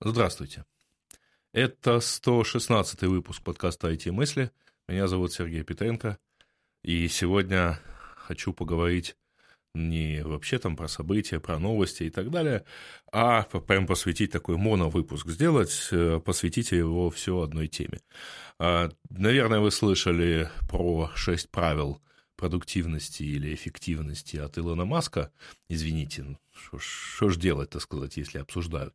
Здравствуйте. Это 116-й выпуск подкаста «IT-мысли». Меня зовут Сергей Петренко. И сегодня хочу поговорить не вообще там про события, про новости и так далее, а прям посвятить такой моновыпуск сделать, посвятить его все одной теме. Наверное, вы слышали про 6 правил продуктивности или эффективности от Илона Маска. Извините, что ж делать, так сказать, если обсуждают.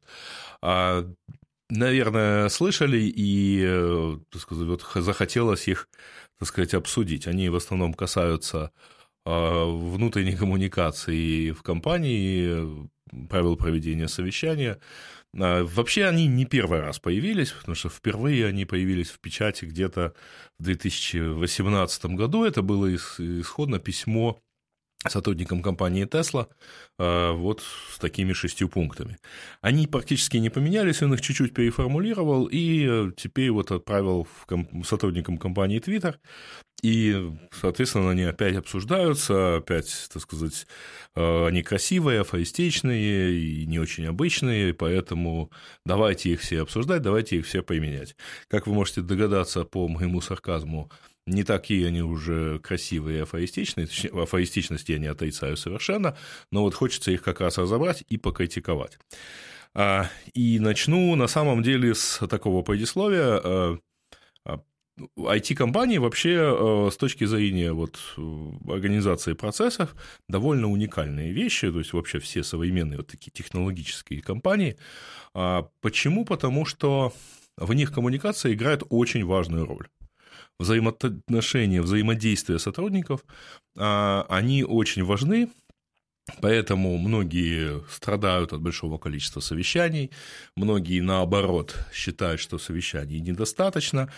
Наверное, слышали, и, так сказать, вот захотелось их, так сказать, обсудить. Они в основном касаются внутренней коммуникации в компании, правил проведения совещания. Вообще они не первый раз появились, потому что впервые они появились в печати где-то в 2018 году. Это было исходно письмо сотрудникам компании Tesla вот с такими 6 пунктами. Они практически не поменялись, он их чуть-чуть переформулировал и теперь вот отправил сотрудникам компании Twitter. И, соответственно, они опять обсуждаются, опять, так сказать, они красивые, афористичные и не очень обычные, поэтому давайте их все обсуждать, давайте их все применять. Как вы можете догадаться по моему сарказму, не такие они уже красивые и афористичные, афористичности я не отрицаю совершенно, но вот хочется их как раз разобрать и покритиковать. И начну на самом деле с такого предисловия. IT-компании вообще с точки зрения вот организации процессов довольно уникальные вещи, то есть вообще все современные вот такие технологические компании. Почему? Потому что в них коммуникация играет очень важную роль. Взаимоотношения, взаимодействия сотрудников, они очень важны. Поэтому многие страдают от большого количества совещаний, многие, наоборот, считают, что совещаний недостаточно,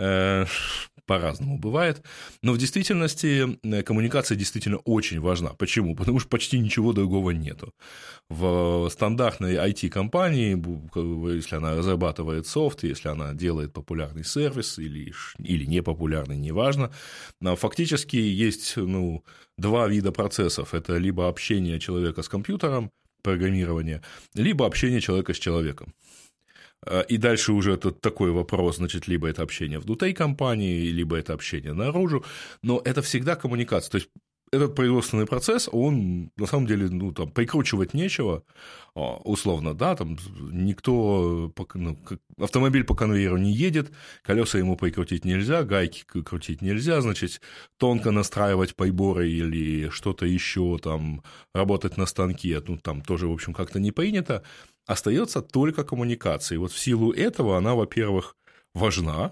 по-разному бывает, но в действительности коммуникация действительно очень важна. Почему? Потому что почти ничего другого нету. В стандартной IT-компании, если она разрабатывает софт, если она делает популярный сервис или непопулярный, неважно, фактически есть, два вида процессов. Это либо общение человека с компьютером, программирование, либо общение человека с человеком. И дальше уже тут такой вопрос, значит, либо это общение внутри компании, либо это общение наружу, но это всегда коммуникация. То есть этот производственный процесс, он на самом деле, там прикручивать нечего, условно, да, там никто, автомобиль по конвейеру не едет, колеса ему прикрутить нельзя, гайки крутить нельзя, значит, тонко настраивать приборы или что-то еще, там, работать на станке, там тоже, в общем, как-то не принято, остается только коммуникация. И вот в силу этого она, во-первых, важна,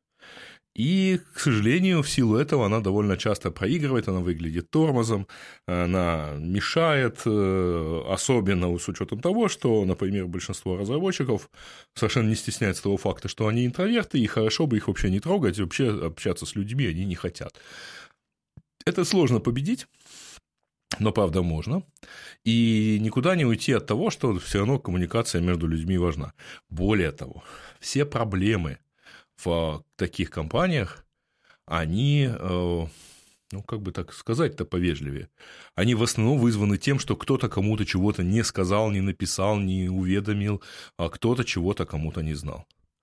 и, к сожалению, в силу этого она довольно часто проигрывает, она выглядит тормозом, она мешает, особенно с учетом того, что, например, большинство разработчиков совершенно не стесняются того факта, что они интроверты, и хорошо бы их вообще не трогать, вообще общаться с людьми они не хотят. Это сложно победить, но правда можно, и никуда не уйти от того, что все равно коммуникация между людьми важна. Более того, все проблемы в таких компаниях, они, как бы так сказать-то повежливее, они в основном вызваны тем, что кто-то кому-то чего-то не сказал, не написал, не уведомил, а кто-то чего-то кому-то не знал.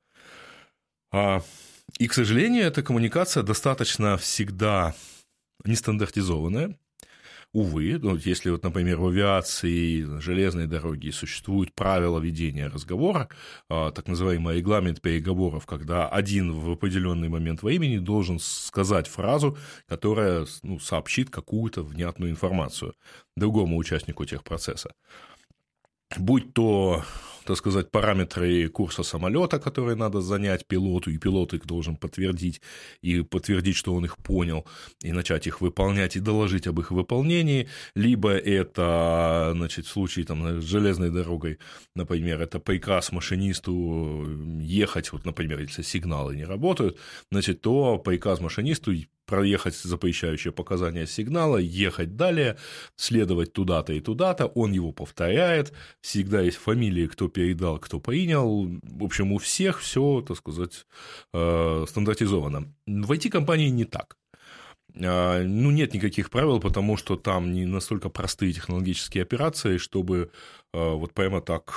И, к сожалению, эта коммуникация достаточно всегда нестандартизованная. Увы, если, например, в авиации, железной дороге существуют правила ведения разговора, так называемый регламент переговоров, когда один в определенный момент времени должен сказать фразу, которая сообщит какую-то внятную информацию другому участнику техпроцесса. Будь то, так сказать, параметры курса самолета, которые надо занять пилоту, и пилот их должен подтвердить, и подтвердить, что он их понял, и начать их выполнять, и доложить об их выполнении, либо это, значит, в случае там, с железной дорогой, например, это приказ машинисту ехать, вот, например, если сигналы не работают, значит, то приказ машинисту проехать запрещающее показание сигнала, ехать далее, следовать туда-то и туда-то, он его повторяет, всегда есть фамилии, кто передал, кто принял, в общем, у всех все, так сказать, стандартизовано. В IT-компании не так. Нет никаких правил, потому что там не настолько простые технологические операции, чтобы вот прямо так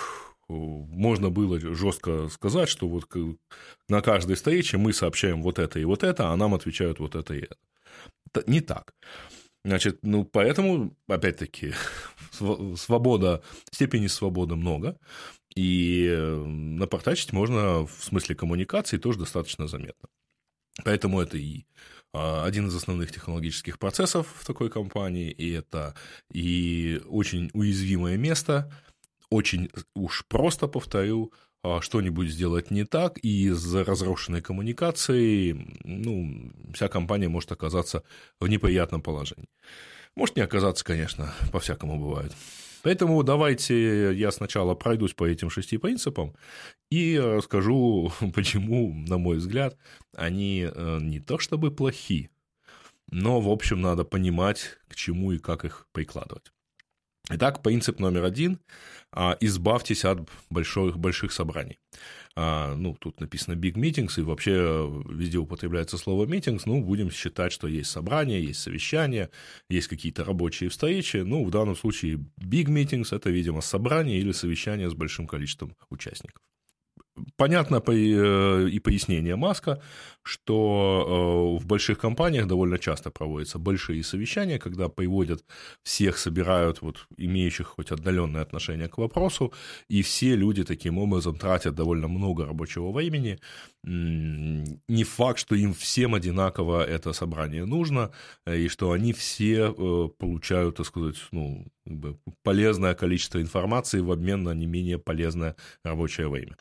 можно было жестко сказать, что вот на каждой встрече мы сообщаем вот это, а нам отвечают вот это и это. Это не так. Значит, поэтому, опять-таки, степени свободы много, и напортачить можно в смысле коммуникации тоже достаточно заметно. Поэтому это и один из основных технологических процессов в такой компании, и это и очень уязвимое место, очень уж просто, повторю, что-нибудь сделать не так, и из-за разрушенной коммуникации, вся компания может оказаться в неприятном положении. Может не оказаться, конечно, по-всякому бывает. Поэтому давайте я сначала пройдусь по этим 6 принципам и расскажу, почему, на мой взгляд, они не то чтобы плохи, но, в общем, надо понимать, к чему и как их прикладывать. Итак, принцип номер 1 – избавьтесь от больших собраний. Тут написано big meetings, и вообще везде употребляется слово meetings, будем считать, что есть собрания, есть совещания, есть какие-то рабочие встречи, в данном случае big meetings – это, видимо, собрание или совещание с большим количеством участников. Понятно и пояснение Маска, что в больших компаниях довольно часто проводятся большие совещания, когда приводят всех, собирают имеющих хоть отдаленное отношение к вопросу, и все люди таким образом тратят довольно много рабочего времени. Не факт, что им всем одинаково это собрание нужно, и что они все получают, так сказать, полезное количество информации в обмен на не менее полезное рабочее время.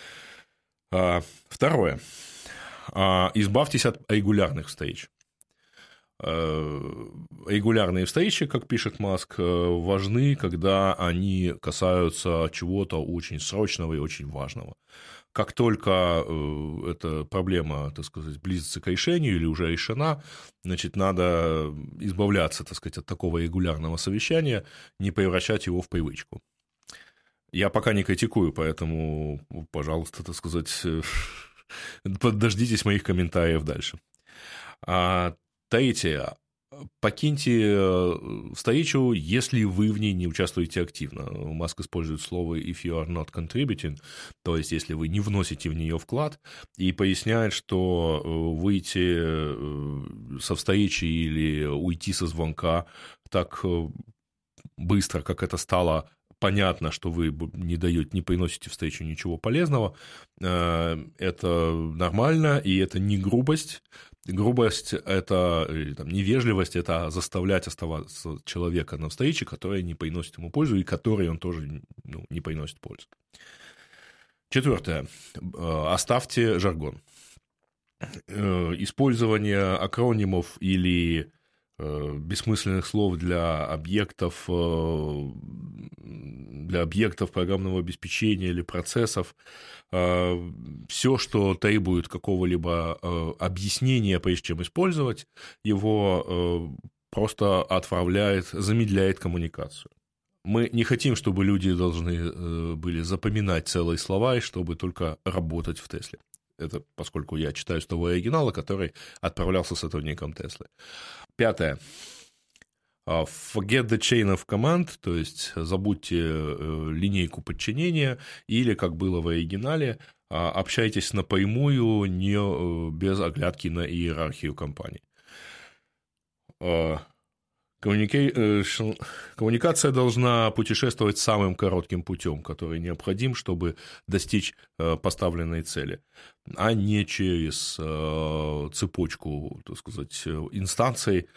Второе. Избавьтесь от регулярных встреч. Регулярные встречи, как пишет Маск, важны, когда они касаются чего-то очень срочного и очень важного. Как только эта проблема, так сказать, близится к решению или уже решена, значит, надо избавляться, так сказать, от такого регулярного совещания, не превращать его в привычку. Я пока не критикую, поэтому, пожалуйста, так сказать, подождитесь моих комментариев дальше. Третье. Покиньте встречу, если вы в ней не участвуете активно. Маск использует слово «if you are not contributing», то есть если вы не вносите в нее вклад, и поясняет, что выйти со встречи или уйти со звонка так быстро, как это стало понятно, что вы не приносите встречу ничего полезного, это нормально, и это не грубость. Грубость – это, или невежливость – это заставлять оставаться человека на встрече, которая не приносит ему пользу, и которой он тоже не приносит пользу. Четвертое. Оставьте жаргон. Использование акронимов или бессмысленных слов для объектов программного обеспечения или процессов, все, что требует какого-либо объяснения, прежде чем использовать его, просто замедляет коммуникацию. Мы не хотим, чтобы люди должны были запоминать целые слова, и чтобы только работать в Тесле. Это поскольку я читаю с того оригинала, который отправлялся сотрудникам Теслы. Пятое. Forget the chain of command, то есть забудьте линейку подчинения, или, как было в оригинале, общайтесь напрямую, без оглядки на иерархию компании. Коммуникация должна путешествовать самым коротким путем, который необходим, чтобы достичь поставленной цели, а не через цепочку, так сказать, инстанций.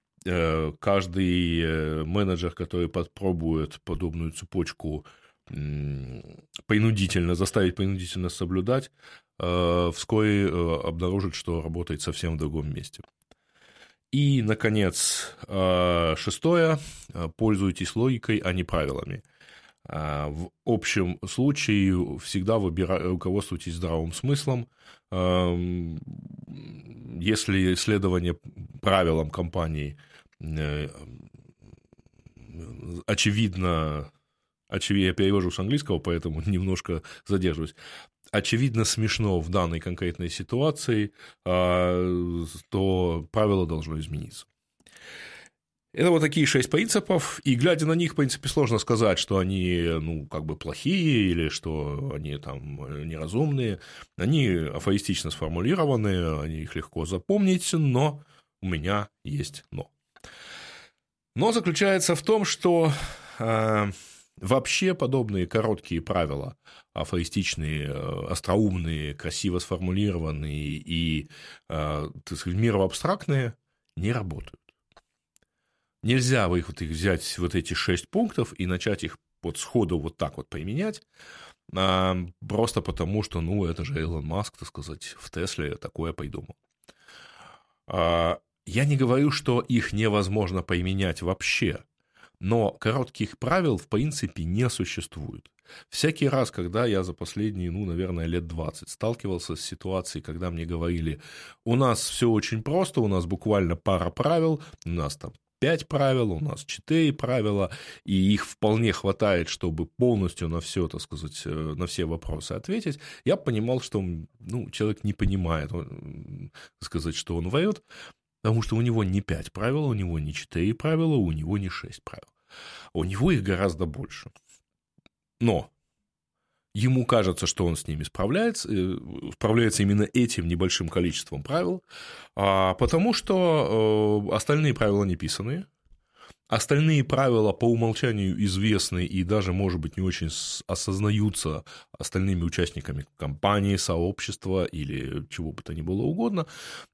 Каждый менеджер, который попробует подобную цепочку заставить принудительно соблюдать, вскоре обнаружит, что работает совсем в другом месте. И, наконец, шестое. Пользуйтесь логикой, а не правилами. В общем случае всегда руководствуйтесь здравым смыслом. Если исследование правилам компании очевидно, я перевожу с английского, поэтому немножко задерживаюсь, очевидно смешно в данной конкретной ситуации, то правило должно измениться. Это вот такие 6 принципов, и глядя на них, в принципе, сложно сказать, что они, плохие или что они там неразумные. Они афористично сформулированы, они их легко запомнить, но у меня есть но. Но заключается в том, что вообще подобные короткие правила, афористичные, остроумные, красиво сформулированные и, так сказать, мировоабстрактные, не работают. Нельзя их взять, вот эти 6 пунктов, и начать их вот сходу вот так вот применять, просто потому что, это же Илон Маск, так сказать, в Тесле такое придумал. Я не говорю, что их невозможно применять вообще, но коротких правил, в принципе, не существует. Всякий раз, когда я за последние, наверное, лет 20 сталкивался с ситуацией, когда мне говорили, у нас все очень просто, у нас буквально пара правил, у нас там 5 правил, у нас 4 правила, и их вполне хватает, чтобы полностью на все, так сказать, на все вопросы ответить, я понимал, что человек не понимает, так сказать, что он врет, потому что у него не 5 правил, у него не 4 правила, у него не 6 правил. У него их гораздо больше. Но ему кажется, что он с ними справляется именно этим небольшим количеством правил, потому что остальные правила не писанные, остальные правила по умолчанию известны и даже, может быть, не очень осознаются остальными участниками компании, сообщества или чего бы то ни было угодно,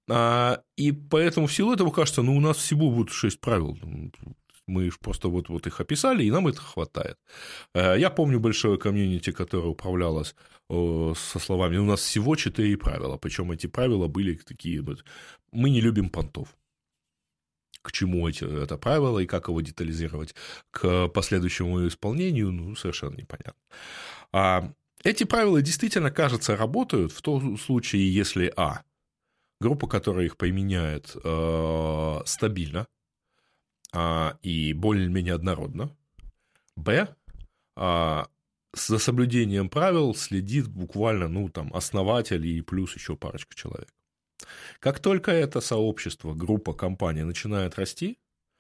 и поэтому в силу этого кажется, у нас всего будет 6 правил. Мы просто вот их описали, и нам это хватает. Я помню большое комьюнити, которое управлялось со словами «у нас всего 4 правила», причем эти правила были такие «мы не любим понтов». К чему это правило и как его детализировать к последующему исполнению, совершенно непонятно. Эти правила действительно, кажется, работают в том случае, если группа, которая их применяет, стабильна, и более-менее однородно. За соблюдением правил следит буквально, основатель и плюс еще парочка человек. Как только это сообщество, группа, компания начинает расти,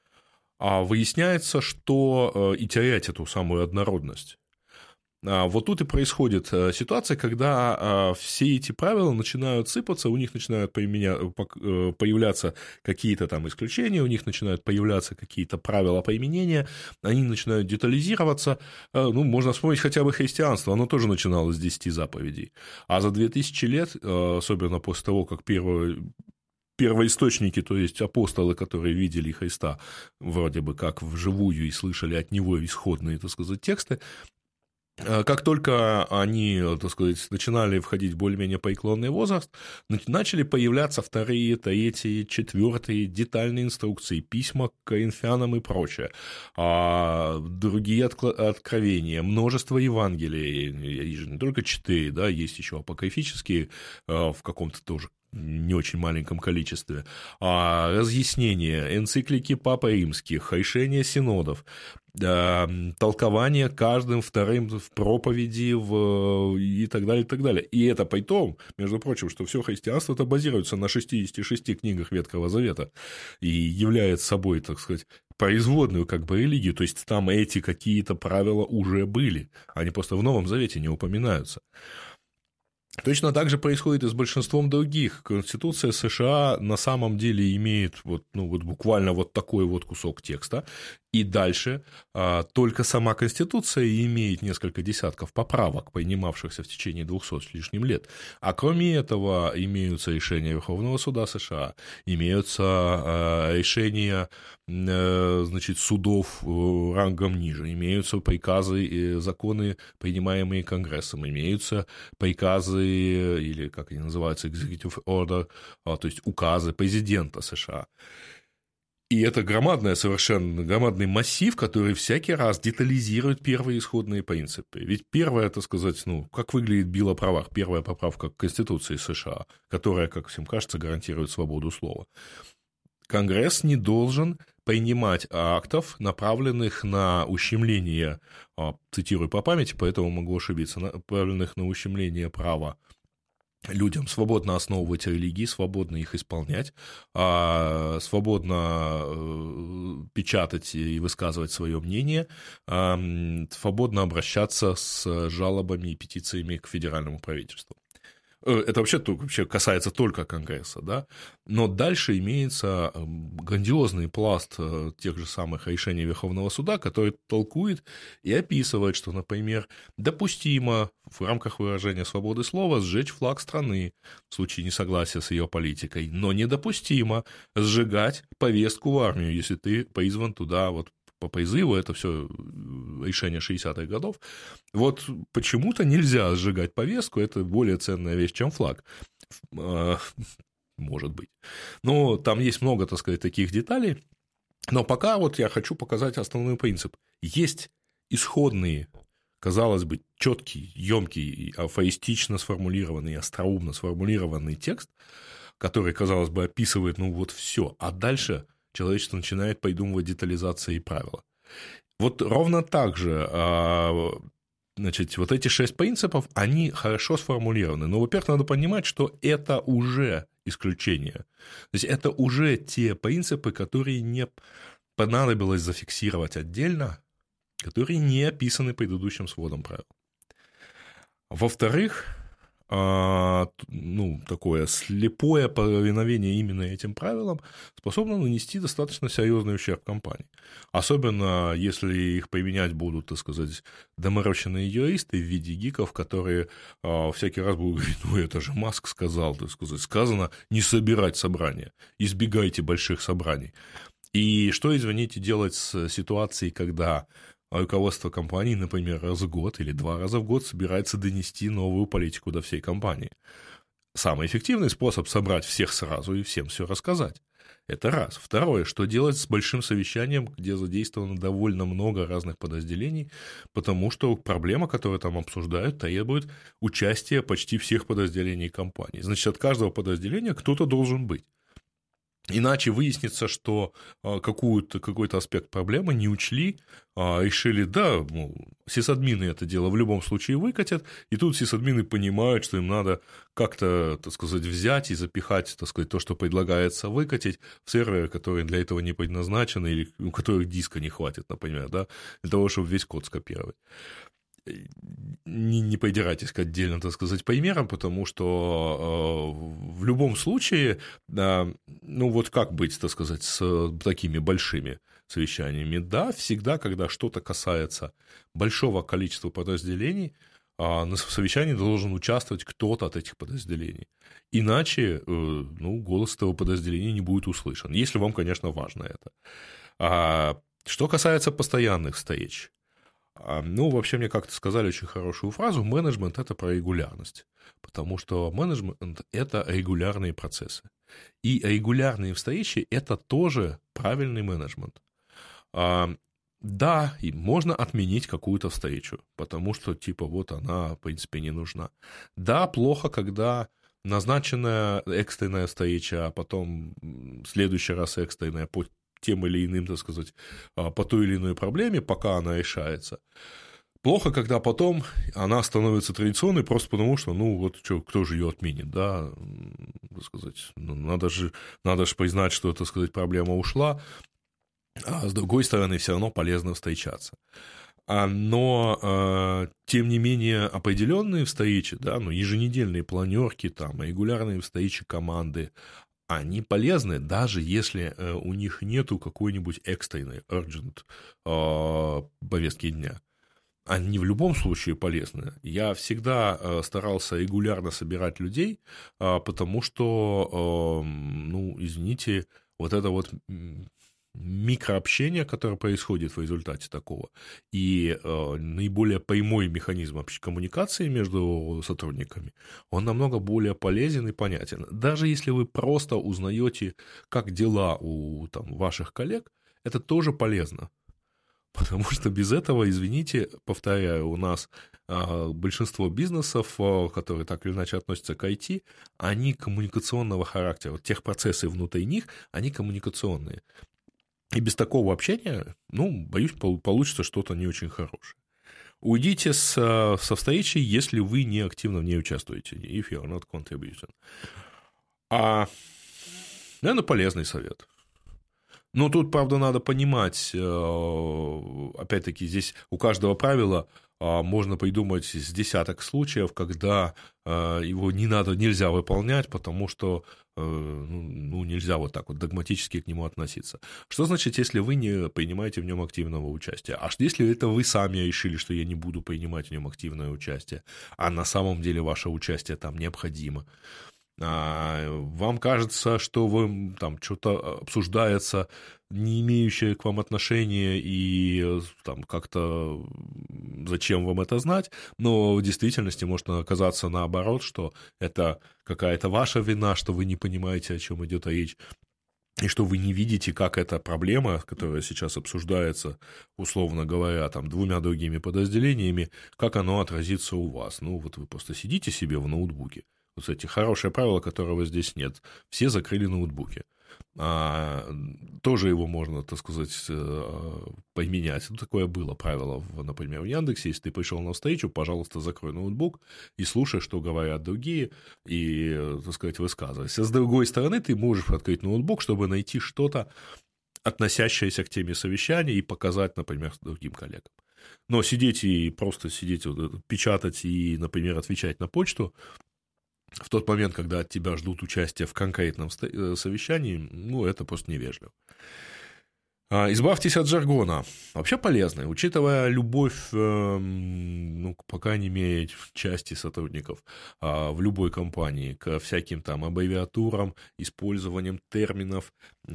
выясняется, что и терять эту самую однородность. Вот тут и происходит ситуация, когда все эти правила начинают сыпаться, у них начинают появляться какие-то там исключения, у них начинают появляться какие-то правила применения, они начинают детализироваться. Можно вспомнить хотя бы христианство, оно тоже начиналось с 10 заповедей. А за 2000 лет, особенно после того, как первоисточники, то есть апостолы, которые видели Христа вроде бы как вживую и слышали от него исходные, так сказать, тексты, как только они, так сказать, начинали входить в более-менее преклонный возраст, начали появляться 2-й, 3-й, 4-й детальные инструкции, письма к коринфянам и прочее, другие откровения, множество Евангелий, не только 4, да, есть еще апокрифические в каком-то тоже не очень маленьком количестве, разъяснения, энциклики Папы Римских, решения синодов, толкование каждым вторым в проповеди и так далее, и так далее. И это при том, между прочим, что все христианство это базируется на 66 книгах Ветхого Завета и является собой, так сказать, производную религию, то есть там эти какие-то правила уже были, они просто в Новом Завете не упоминаются. Точно так же происходит и с большинством других. Конституция США на самом деле имеет буквально такой кусок текста, и дальше только сама Конституция имеет несколько десятков поправок, принимавшихся в течение 200 с лишним лет. А кроме этого имеются решения Верховного суда США, имеются решения, судов рангом ниже, имеются приказы и законы, принимаемые Конгрессом, имеются приказы или, как они называются, executive order, то есть указы президента США. И это совершенно громадный массив, который всякий раз детализирует первые исходные принципы. Ведь первое, так сказать, как выглядит Билл о правах, первая поправка к Конституции США, которая, как всем кажется, гарантирует свободу слова. Конгресс не должен принимать актов, направленных на, цитирую по памяти, поэтому могу ошибиться, направленных на ущемление права людям свободно основывать религии, свободно их исполнять, свободно печатать и высказывать свое мнение, свободно обращаться с жалобами и петициями к федеральному правительству. Это вообще касается только Конгресса, да, но дальше имеется грандиозный пласт тех же самых решений Верховного суда, который толкует и описывает, что, например, допустимо в рамках выражения свободы слова сжечь флаг страны в случае несогласия с ее политикой, но недопустимо сжигать повестку в армию, если ты призван туда вот по призыву, это все решение 60-х годов. Вот почему-то нельзя сжигать повестку, это более ценная вещь, чем флаг. Может быть. Но там есть много, так сказать, таких деталей. Но пока вот я хочу показать основной принцип. Есть исходные, казалось бы, четкий, емкий, афористично сформулированный, остроумно сформулированный текст, который, казалось бы, описывает, ну вот все, а дальше человечество начинает придумывать детализации и правила. Вот ровно так же, значит, вот эти 6 принципов, они хорошо сформулированы. Но, во-первых, надо понимать, что это уже исключение. То есть это уже те принципы, которые не понадобилось зафиксировать отдельно, которые не описаны предыдущим сводом правил. Во-вторых, такое слепое повиновение именно этим правилам способно нанести достаточно серьезный ущерб компании. Особенно, если их применять будут, так сказать, доморощенные юристы в виде гиков, которые всякий раз будут говорить, ну, это же Маск сказал, так сказать, сказано не собирать собрания, избегайте больших собраний. И что, извините, делать с ситуацией, когда руководство компании, например, раз в год или 2 раза в год собирается донести новую политику до всей компании? Самый эффективный способ собрать всех сразу и всем все рассказать. Это раз. Второе, что делать с большим совещанием, где задействовано довольно много разных подразделений, потому что проблема, которую там обсуждают, требует участия почти всех подразделений компании. Значит, от каждого подразделения кто-то должен быть. Иначе выяснится, что какой-то аспект проблемы не учли, решили, да, мол, сисадмины это дело в любом случае выкатят, и тут сисадмины понимают, что им надо как-то, так сказать, взять и запихать, так сказать, то, что предлагается выкатить, в серверы, которые для этого не предназначены, или у которых диска не хватит, например, да, для того, чтобы весь код скопировать. Не придирайтесь к отдельно, так сказать, примерам, потому что в любом случае, ну вот как быть, так сказать, с такими большими совещаниями? Да, всегда, когда что-то касается большого количества подразделений, на совещании должен участвовать кто-то от этих подразделений. Иначе, голос этого подразделения не будет услышан, если вам, конечно, важно это. Что касается постоянных встреч, вообще мне как-то сказали очень хорошую фразу: менеджмент – это про регулярность, потому что менеджмент – это регулярные процессы, и регулярные встречи – это тоже правильный менеджмент. Да, и можно отменить какую-то встречу, потому что, вот она, в принципе, не нужна. Да, плохо, когда назначенная экстренная встреча, а потом в следующий раз экстренная по тем или иным, так сказать, по той или иной проблеме, пока она решается. Плохо, когда потом она становится традиционной просто потому, что, кто же ее отменит, да, так сказать, надо же признать, что, так сказать, проблема ушла, а с другой стороны, все равно полезно встречаться. Но, тем не менее, определенные встречи, да, еженедельные планерки, там, регулярные встречи команды, они полезны, даже если у них нету какой-нибудь экстренной, urgent повестки дня. Они в любом случае полезны. Я всегда старался регулярно собирать людей, потому что, извините, вот это вот микрообщение, которое происходит в результате такого, и наиболее прямой механизм коммуникации между сотрудниками, он намного более полезен и понятен. Даже если вы просто узнаете, как дела у ваших коллег, это тоже полезно. Потому что без этого, извините, повторяю, у нас большинство бизнесов, которые так или иначе относятся к IT, они коммуникационного характера. Вот техпроцессы внутри них, они коммуникационные. И без такого общения, боюсь, получится что-то не очень хорошее. Уйдите со встречи, если вы не активно в ней участвуете. If you are not contributing. Наверное, полезный совет. Но тут, правда, надо понимать, опять-таки, здесь у каждого правила можно придумать с десяток случаев, когда его нельзя выполнять, потому что нельзя вот так вот догматически к нему относиться. Что значит, если вы не принимаете в нем активного участия? А что если это вы сами решили, что я не буду принимать в нем активное участие, а на самом деле ваше участие там необходимо? Вам кажется, что вы там что-то обсуждается, не имеющее к вам отношения, и там как-то зачем вам это знать, но в действительности может оказаться наоборот, что это какая-то ваша вина, что вы не понимаете, о чем идет речь, и что вы не видите, как эта проблема, которая сейчас обсуждается, условно говоря, там, двумя другими подразделениями, как оно отразится у вас. Вот вы просто сидите себе в ноутбуке. Вот, кстати, хорошее правило, которого здесь нет. Все закрыли ноутбуки. Тоже его можно, так сказать, поменять. Такое было правило, например, в Яндексе. Если ты пришел на встречу, пожалуйста, закрой ноутбук и слушай, что говорят другие, и, так сказать, высказывайся. С другой стороны, ты можешь открыть ноутбук, чтобы найти что-то, относящееся к теме совещания, и показать, например, другим коллегам. Но сидеть и просто сидеть, печатать и, например, отвечать на почту в тот момент, когда от тебя ждут участия в конкретном совещании, это просто невежливо. Избавьтесь от жаргона. Вообще полезно, учитывая любовь, по крайней мере, части сотрудников в любой компании к всяким там аббревиатурам, использованием терминов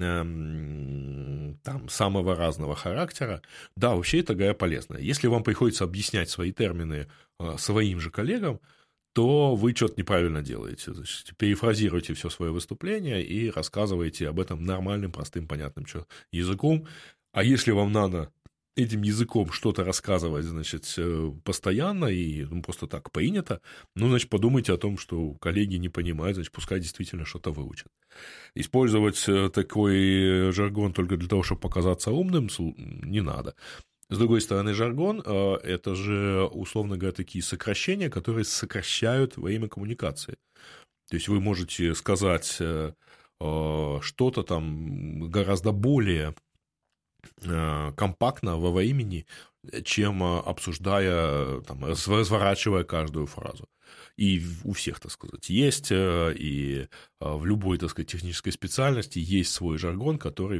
там самого разного характера. Да, вообще это такая полезная. Если вам приходится объяснять свои термины своим же коллегам, то вы что-то неправильно делаете. Значит, перефразируйте все свое выступление и рассказывайте об этом нормальным, простым, понятным языком. А если вам надо этим языком что-то рассказывать, значит, постоянно и просто так принято, значит, подумайте о том, что коллеги не понимают, значит, пускай действительно что-то выучат. Использовать такой жаргон только для того, чтобы показаться умным, не надо. С другой стороны, жаргон – это же, условно говоря, такие сокращения, которые сокращают время коммуникации. То есть вы можете сказать что-то там гораздо более компактно во времени, чем обсуждая, там, разворачивая каждую фразу. И у всех, так сказать, есть, и в любой, так сказать, технической специальности есть свой жаргон, который,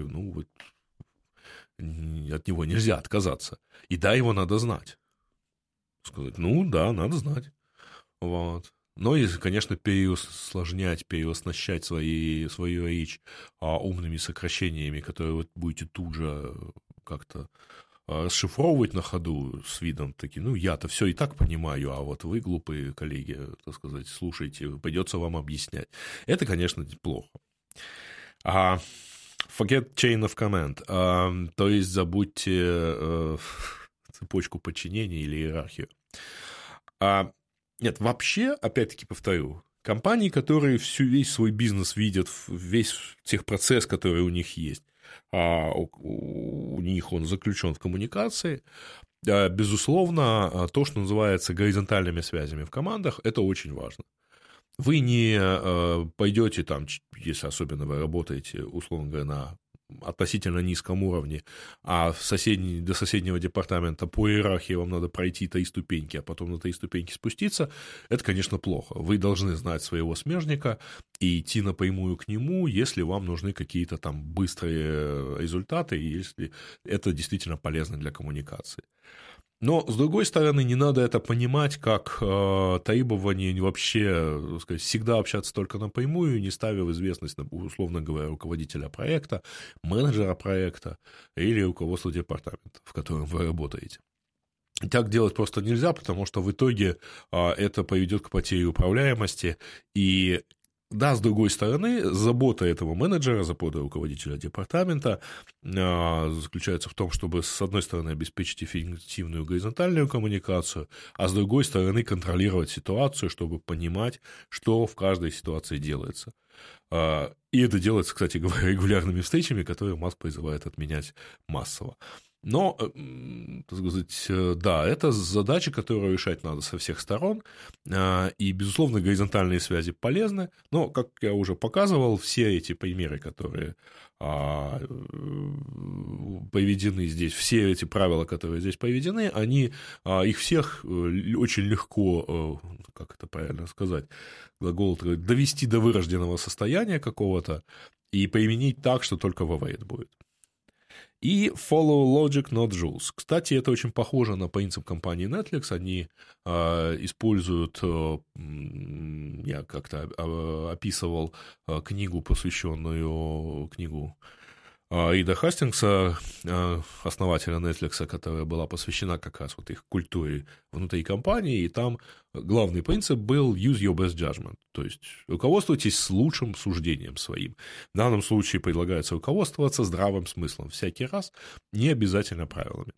от него нельзя отказаться. И да, его надо знать. Сказать, да, надо знать. Вот. Но и, конечно, переоснащать свою речь умными сокращениями, которые вы будете тут же как-то расшифровывать на ходу с видом таким, я-то все и так понимаю, а вот вы, глупые коллеги, так сказать, слушайте, придется вам объяснять. Это, конечно, плохо. Forget chain of command, то есть забудьте цепочку подчинения или иерархию. Нет, вообще, опять-таки повторю, компании, которые весь свой бизнес видят, весь техпроцесс, который у них есть, у них он заключен в коммуникации, безусловно, то, что называется горизонтальными связями в командах, это очень важно. Вы не пойдете там, если особенно вы работаете, условно говоря, на относительно низком уровне, а до соседнего департамента по иерархии вам надо пройти 3 ступеньки, а потом на 3 ступеньки спуститься, это, конечно, плохо. Вы должны знать своего смежника и идти напрямую к нему, если вам нужны какие-то там быстрые результаты, если это действительно полезно для коммуникации. Но, с другой стороны, не надо это понимать как требование вообще, так сказать, всегда общаться только напрямую, не ставя в известность, условно говоря, руководителя проекта, менеджера проекта или руководства департамента, в котором вы работаете. Так делать просто нельзя, потому что в итоге это приведет к потере управляемости, и да, с другой стороны, забота этого менеджера, забота руководителя департамента заключается в том, чтобы, с одной стороны, обеспечить эффективную горизонтальную коммуникацию, а с другой стороны, контролировать ситуацию, чтобы понимать, что в каждой ситуации делается. И это делается, кстати говоря, регулярными встречами, которые Маск призывает отменять массово. Но, так сказать, да, это задача, которую решать надо со всех сторон, и, безусловно, горизонтальные связи полезны, но, как я уже показывал, все эти примеры, которые приведены здесь, все эти правила, которые здесь приведены, они, их всех очень легко, как это правильно сказать, глагол довести до вырожденного состояния какого-то и применить так, что только выводит будет. И follow logic, not rules. Кстати, это очень похоже на принцип компании Netflix. Они используют, я как-то описывал книгу, посвященную книгу Рида Хастингса, основателя Netflix, которая была посвящена как раз вот их культуре внутри компании, и там главный принцип был use your best judgment, то есть руководствуйтесь с лучшим суждением своим. В данном случае предлагается руководствоваться здравым смыслом всякий раз, не обязательно правилами.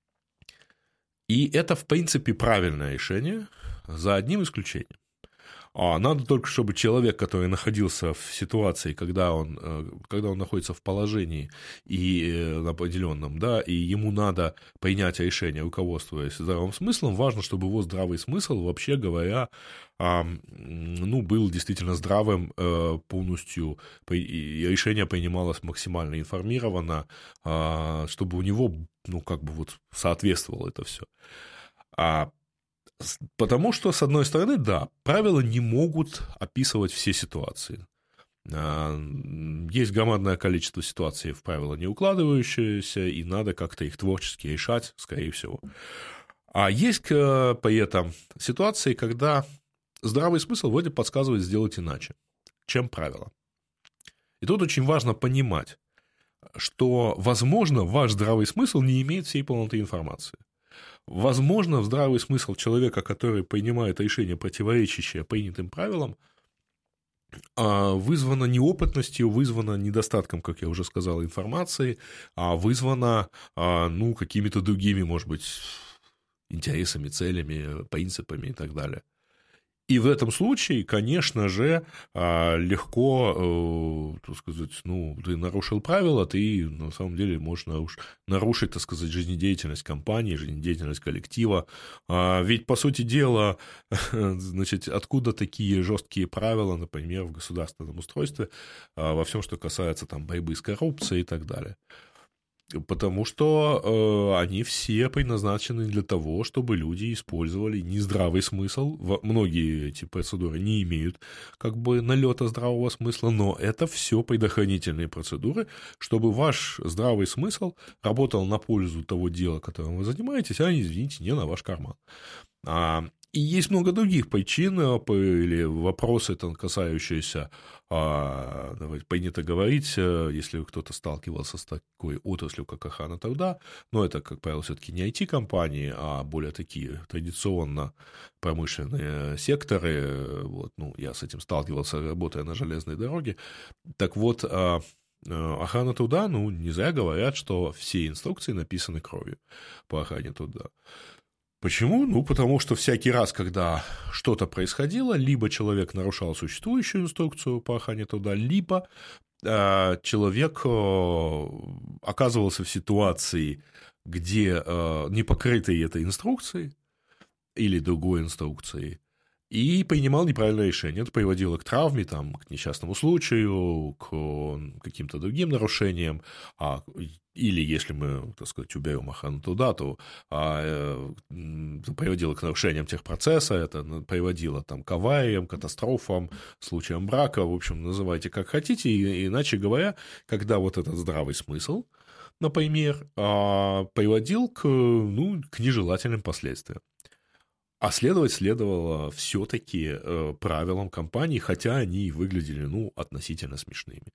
И это, в принципе, правильное решение, за одним исключением. Надо только, чтобы человек, который находился в ситуации, когда он находится в положении и определенном, да, и ему надо принять решение, руководствуясь здравым смыслом, важно, чтобы его здравый смысл, вообще говоря, был действительно здравым полностью, и решение принималось максимально информированно, чтобы у него, соответствовало это все. Потому что, с одной стороны, да, правила не могут описывать все ситуации. Есть громадное количество ситуаций в правила не укладывающиеся, и надо как-то их творчески решать, скорее всего. А есть при этом ситуации, когда здравый смысл вроде подсказывает сделать иначе, чем правило. И тут очень важно понимать, что, возможно, ваш здравый смысл не имеет всей полноты информации. Возможно, здравый смысл человека, который принимает решение, противоречащее принятым правилам, вызвано неопытностью, вызвано недостатком, как я уже сказал, информации, вызвано какими-то другими, может быть, интересами, целями, принципами и так далее. И в этом случае, конечно же, легко, так сказать, ты нарушил правила, ты на самом деле можешь нарушить, так сказать, жизнедеятельность компании, жизнедеятельность коллектива. Ведь, по сути дела, значит, откуда такие жесткие правила, например, в государственном устройстве, во всем, что касается там борьбы с коррупцией и так далее. Потому что они все предназначены для того, чтобы люди использовали нездравый смысл. Многие эти процедуры не имеют налета здравого смысла, но это все предохранительные процедуры, чтобы ваш здравый смысл работал на пользу того дела, которым вы занимаетесь, а, извините, не на ваш карман. И есть много других причин или вопросы, касающиеся, принято говорить, если кто-то сталкивался с такой отраслью, как охрана труда, но это, как правило, все-таки не IT-компании, а более такие традиционно промышленные секторы. Я с этим сталкивался, работая на железной дороге. Так вот, охрана труда, не зря говорят, что все инструкции написаны кровью по охране труда. Почему? Потому что всякий раз, когда что-то происходило, либо человек нарушал существующую инструкцию по охране труда, либо человек оказывался в ситуации, где не покрытой этой инструкцией или другой инструкцией, и принимал неправильное решение. Это приводило к травме, к несчастному случаю, к каким-то другим нарушениям. Или если мы, так сказать, уберем охрану труда, то приводило к нарушениям техпроцесса, это приводило к авариям, катастрофам, случаям брака, в общем, называйте как хотите. Иначе говоря, когда этот здравый смысл, например, приводил к нежелательным последствиям. А следовало все-таки правилам компании, хотя они выглядели, относительно смешными.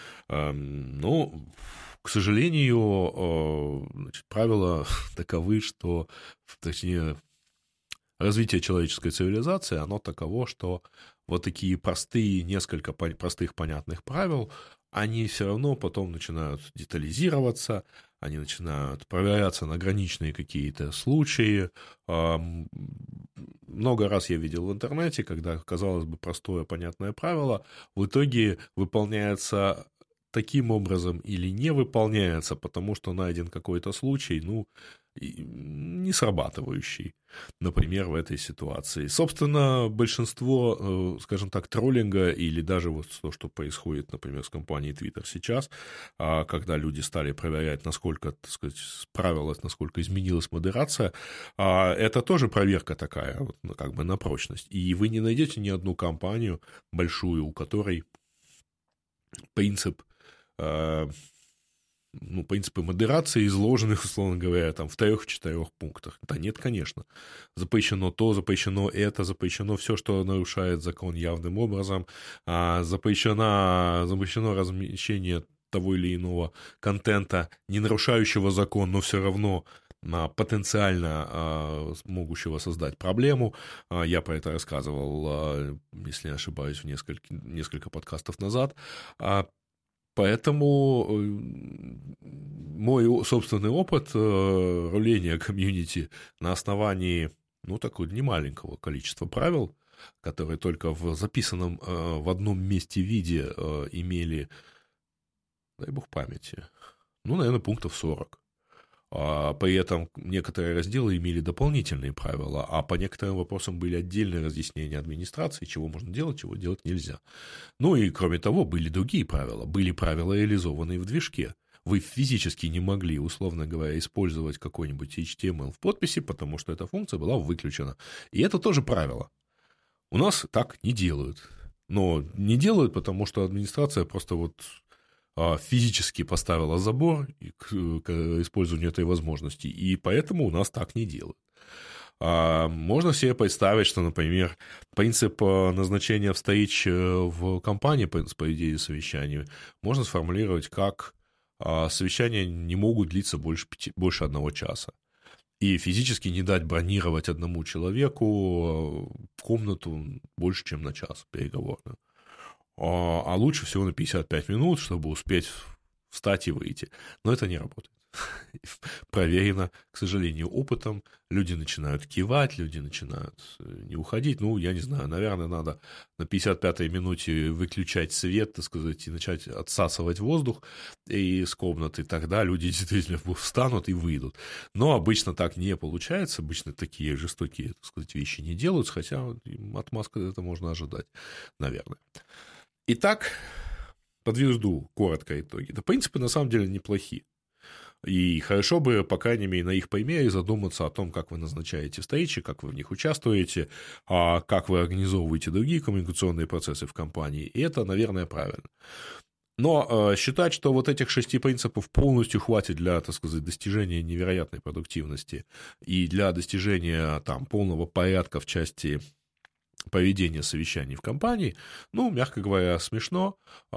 Но, к сожалению, правила таковы, что, точнее, развитие человеческой цивилизации, оно таково, что вот такие простые, несколько простых, понятных правил, они все равно потом начинают детализироваться, они начинают проверяться на граничные какие-то случаи. Много раз я видел в интернете, когда, казалось бы, простое, понятное правило, в итоге выполняется таким образом или не выполняется, потому что найден какой-то случай, не срабатывающий, например, в этой ситуации. Собственно, большинство, скажем так, троллинга или даже вот то, что происходит, например, с компанией Twitter сейчас, когда люди стали проверять, насколько, так сказать, справилась, насколько изменилась модерация, это тоже проверка такая, как бы на прочность. И вы не найдете ни одну компанию большую, у которой принципы модерации изложены, условно говоря, там, в 3-4 пунктах. Да нет, конечно. Запрещено то, запрещено это, запрещено все, что нарушает закон явным образом, запрещено размещение того или иного контента, не нарушающего закон, но все равно потенциально могущего создать проблему. Я про это рассказывал, если не ошибаюсь, в несколько подкастов назад. Поэтому мой собственный опыт руления комьюнити на основании, такого немаленького количества правил, которые только в записанном в одном месте виде имели, дай бог памяти, наверное, пунктов 40. При этом некоторые разделы имели дополнительные правила, а по некоторым вопросам были отдельные разъяснения администрации, чего можно делать, чего делать нельзя. И, кроме того, были другие правила. Были правила, реализованные в движке. Вы физически не могли, условно говоря, использовать какой-нибудь HTML в подписи, потому что эта функция была выключена. И это тоже правило. У нас так не делают. Но не делают, потому что администрация просто физически поставила забор к использованию этой возможности, и поэтому у нас так не делают. Можно себе представить, что, например, принцип назначения встреч в компании по идее совещания можно сформулировать как совещания не могут длиться больше 1 часа. И физически не дать бронировать одному человеку комнату больше, чем на час переговорную. А лучше всего на 55 минут, чтобы успеть встать и выйти. Но это не работает. Проверено, к сожалению, опытом. Люди начинают кивать, люди начинают не уходить. Я не знаю, наверное, надо на 55-й минуте выключать свет, так сказать, и начать отсасывать воздух из комнаты. Тогда люди действительно встанут и выйдут. Но обычно так не получается. Обычно такие жестокие, так сказать, вещи не делаются, хотя от Маска это можно ожидать, наверное. Итак, подведу коротко итоги. Да, принципы на самом деле неплохие. И хорошо бы, по крайней мере, на их примере задуматься о том, как вы назначаете встречи, как вы в них участвуете, как вы организовываете другие коммуникационные процессы в компании. И это, наверное, правильно. Но считать, что вот этих 6 принципов полностью хватит для, так сказать, достижения невероятной продуктивности и для достижения полного порядка в части поведения совещаний в компании, мягко говоря, смешно.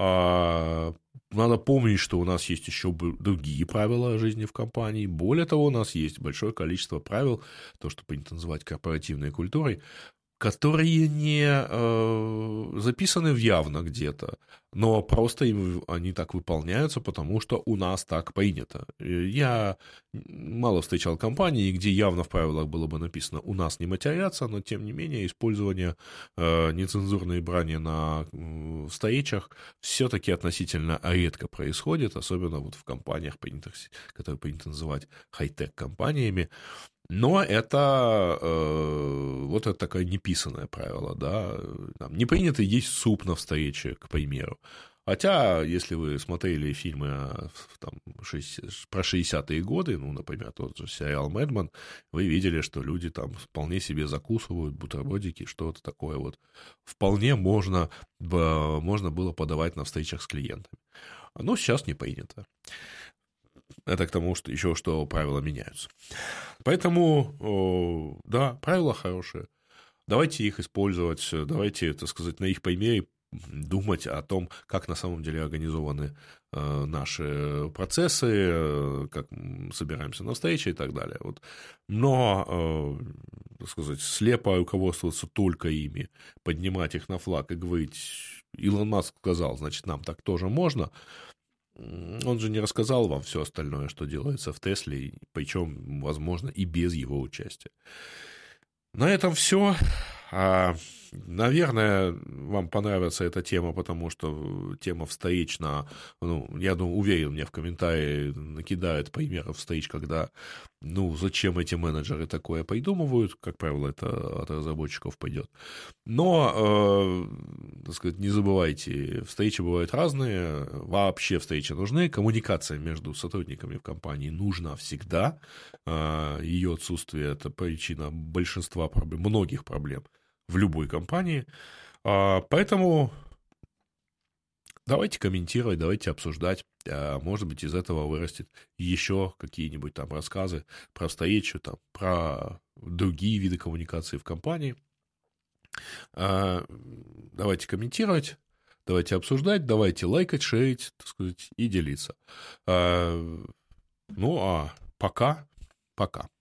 Надо помнить, что у нас есть еще другие правила жизни в компании. Более того, у нас есть большое количество правил, то, что принято называть корпоративной культурой, которые не записаны явно где-то, но просто они так выполняются, потому что у нас так принято. Я мало встречал компаний, где явно в правилах было бы написано «у нас не матерятся», но, тем не менее, использование нецензурной брани на встречах все-таки относительно редко происходит, особенно в компаниях, которые принято называть хай-тек компаниями. Но это это такое неписанное правило, да. Не принято есть суп на встрече, к примеру. Хотя, если вы смотрели фильмы про 60-е годы, например, тот же сериал «Мэдмен», вы видели, что люди вполне себе закусывают бутербродики, что-то такое вполне можно было подавать на встречах с клиентами. Но сейчас не принято. Это к тому, что правила меняются. Поэтому, да, правила хорошие. Давайте их использовать, давайте, так сказать, на их примере думать о том, как на самом деле организованы наши процессы, как собираемся на встречи и так далее. Но, так сказать, слепо руководствоваться только ими, поднимать их на флаг и говорить, Илон Маск сказал, значит, нам так тоже можно. Он же не рассказал вам все остальное, что делается в Тесле, причем, возможно, и без его участия. На этом все. Наверное, вам понравится эта тема, потому что тема встреч я думаю, уверен, мне в комментарии накидают примеры встреч, когда, зачем эти менеджеры такое придумывают, как правило, это от разработчиков пойдет. Но, так сказать, не забывайте, встречи бывают разные, вообще встречи нужны, коммуникация между сотрудниками в компании нужна всегда, ее отсутствие – это причина большинства проблем, многих проблем в любой компании, поэтому давайте комментировать, давайте обсуждать, может быть, из этого вырастет еще какие-нибудь там рассказы про встречу, там, про другие виды коммуникации в компании. Давайте комментировать, давайте обсуждать, давайте лайкать, шерить, так сказать, и делиться. Пока.